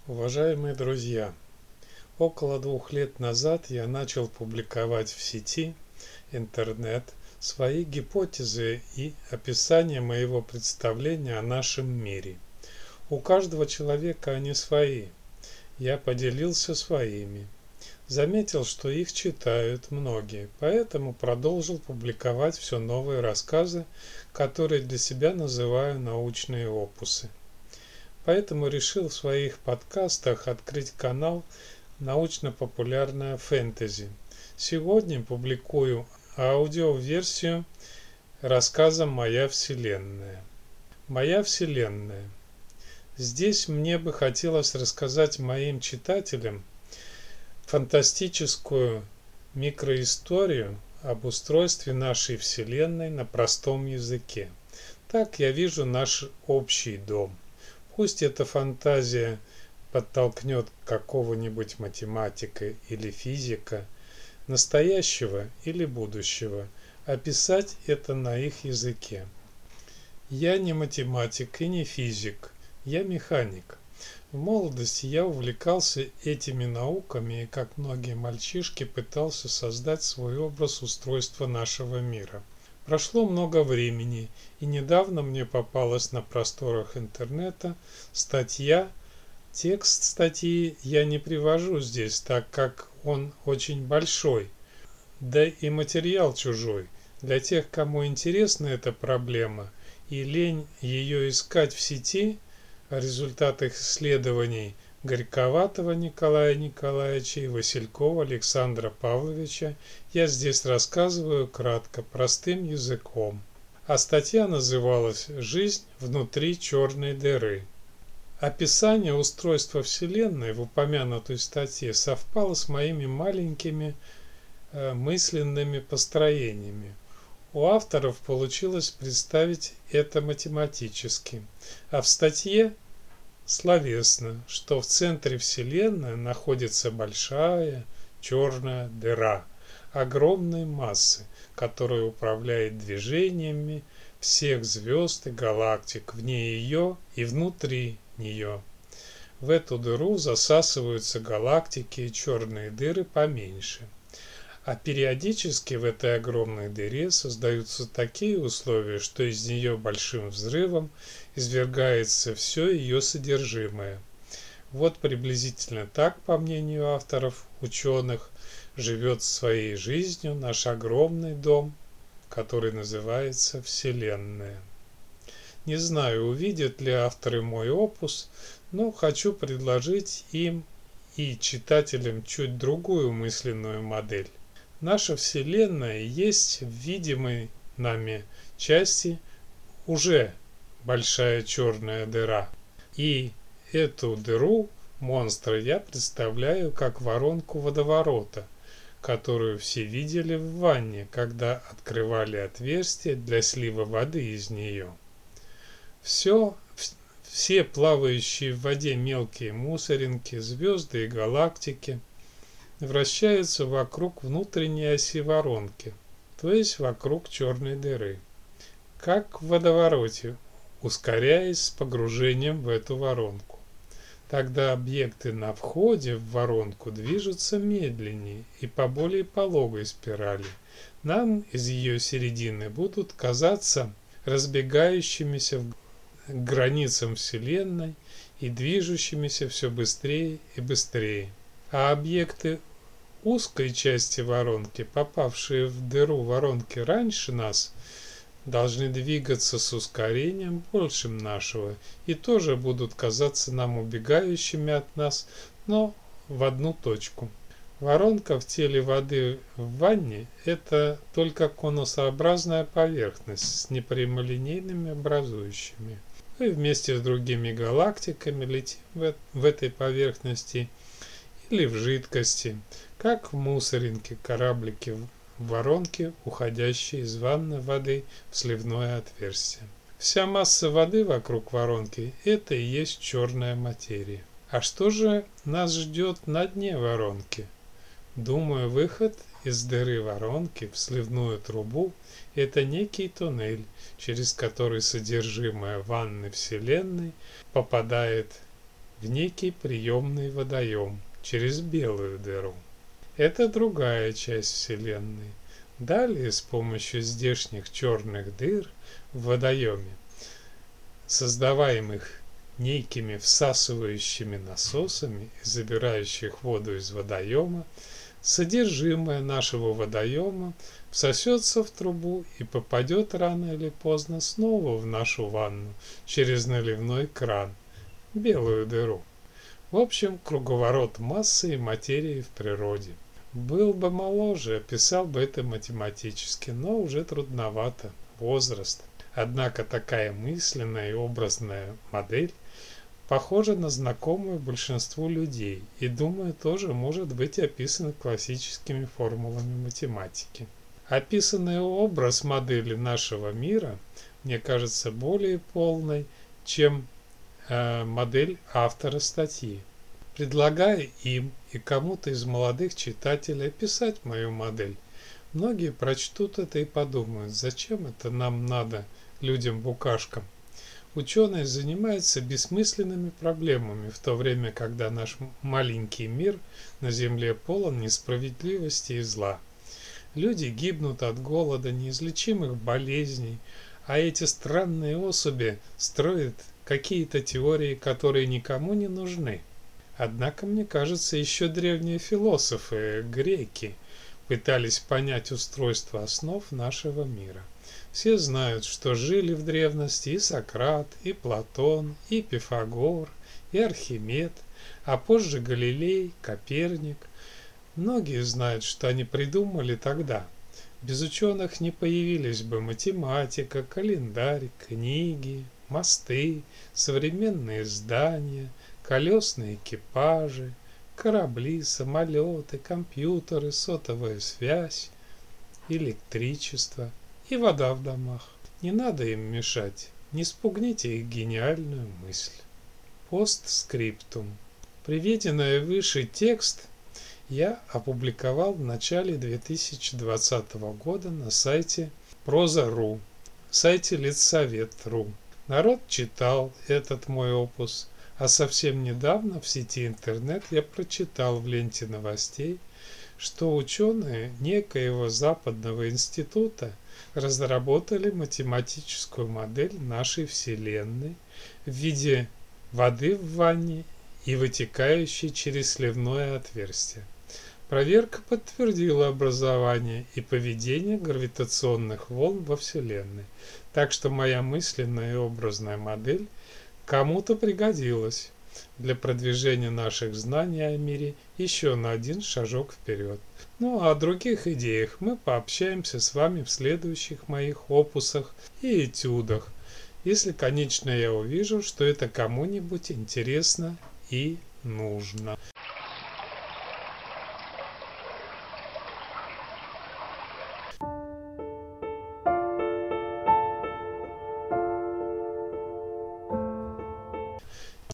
Уважаемые друзья, около 2 лет назад я начал публиковать в сети интернет свои гипотезы и описание моего представления о нашем мире. У каждого человека они свои. Я поделился своими. Заметил, что их читают многие, поэтому продолжил публиковать все новые рассказы, которые для себя называю научные опусы. Поэтому решил в своих подкастах открыть канал «Научно-популярная фэнтези». Сегодня публикую аудиоверсию рассказа «Моя Вселенная». «Моя Вселенная». Здесь мне бы хотелось рассказать моим читателям фантастическую микроисторию об устройстве нашей Вселенной на простом языке. Так я вижу наш общий дом. Пусть эта фантазия подтолкнет какого-нибудь математика или физика, настоящего или будущего, описать это на их языке. Я не математик и не физик, я механик. В молодости я увлекался этими науками и, как многие мальчишки, пытался создать свой образ устройства нашего мира. Прошло много времени, и недавно мне попалась на просторах интернета статья. Текст статьи я не привожу здесь, так как он очень большой, да и материал чужой. Для тех, кому интересна эта проблема и лень ее искать в сети, о результатах исследований Горьковатого Николая Николаевича и Василькова Александра Павловича, я здесь рассказываю кратко, простым языком. А статья называлась «Жизнь внутри черной дыры». Описание устройства Вселенной в упомянутой статье совпало с моими маленькими мысленными построениями. У авторов получилось представить это математически, а в статье словесно, что в центре Вселенной находится большая черная дыра огромной массы, которая управляет движениями всех звезд и галактик вне ее и внутри нее. В эту дыру засасываются галактики и черные дыры поменьше. А периодически в этой огромной дыре создаются такие условия, что из нее большим взрывом извергается все ее содержимое. Вот приблизительно так, по мнению авторов, ученых, живет своей жизнью наш огромный дом, который называется Вселенная. Не знаю, увидят ли авторы мой опус, но хочу предложить им и читателям чуть другую мысленную модель. Наша Вселенная есть в видимой нами части уже большая черная дыра. И эту дыру монстра я представляю как воронку водоворота, которую все видели в ванне, когда открывали отверстие для слива воды из нее. Все плавающие в воде мелкие мусоринки, звезды и галактики вращаются вокруг внутренней оси воронки, то есть вокруг черной дыры, как в водовороте, ускоряясь с погружением в эту воронку. Тогда объекты на входе в воронку движутся медленнее и по более пологой спирали. Нам из ее середины будут казаться разбегающимися к границам Вселенной и движущимися все быстрее и быстрее. А объекты узкой части воронки, попавшие в дыру воронки раньше нас, должны двигаться с ускорением большим нашего и тоже будут казаться нам убегающими от нас, но в одну точку. Воронка в теле воды в ванне – это только конусообразная поверхность с непрямолинейными образующими. Мы вместе с другими галактиками летим в этой поверхности или в жидкости, как в мусоринке кораблики в воронке, уходящей из ванны воды в сливное отверстие. Вся масса воды вокруг воронки – это и есть черная материя. А что же нас ждет на дне воронки? Думаю, выход из дыры воронки в сливную трубу – это некий туннель, через который содержимое ванны Вселенной попадает в некий приемный водоем через белую дыру. Это другая часть Вселенной. Далее с помощью здешних черных дыр в водоеме, создаваемых некими всасывающими насосами и забирающих воду из водоема, содержимое нашего водоема всосется в трубу и попадет рано или поздно снова в нашу ванну через наливной кран, белую дыру. В общем, круговорот массы и материи в природе. Был бы моложе, описал бы это математически, но уже трудновато, возраст. Однако такая мысленная и образная модель похожа на знакомую большинству людей и, думаю, тоже может быть описана классическими формулами математики. Описанный образ модели нашего мира, мне кажется, более полной, чем модель автора статьи. Предлагая им и кому-то из молодых читателей описать мою модель, многие прочтут это и подумают, зачем это нам надо, людям-букашкам. Ученые занимаются бессмысленными проблемами, в то время, когда наш маленький мир на Земле полон несправедливости и зла. Люди гибнут от голода, неизлечимых болезней, а эти странные особи строят какие-то теории, которые никому не нужны. Однако, мне кажется, еще древние философы, греки, пытались понять устройство основ нашего мира. Все знают, что жили в древности и Сократ, и Платон, и Пифагор, и Архимед, а позже Галилей, Коперник. Многие знают, что они придумали тогда. Без ученых не появились бы математика, календарь, книги, мосты, современные здания, колесные экипажи, корабли, самолеты, компьютеры, сотовая связь, электричество и вода в домах. Не надо им мешать, не спугните их гениальную мысль. Постскриптум. Приведенный выше текст я опубликовал в начале 2020 года на сайте Проза.ру, сайте Литсовет.ру. Народ читал этот мой опус, а совсем недавно в сети интернет я прочитал в ленте новостей, что ученые некоего западного института разработали математическую модель нашей Вселенной в виде воды в ванне и вытекающей через сливное отверстие. Проверка подтвердила образование и поведение гравитационных волн во Вселенной, так что моя мысленная и образная модель кому-то пригодилась для продвижения наших знаний о мире еще на один шажок вперед. Ну а о других идеях мы пообщаемся с вами в следующих моих опусах и этюдах, если, конечно, я увижу, что это кому-нибудь интересно и нужно.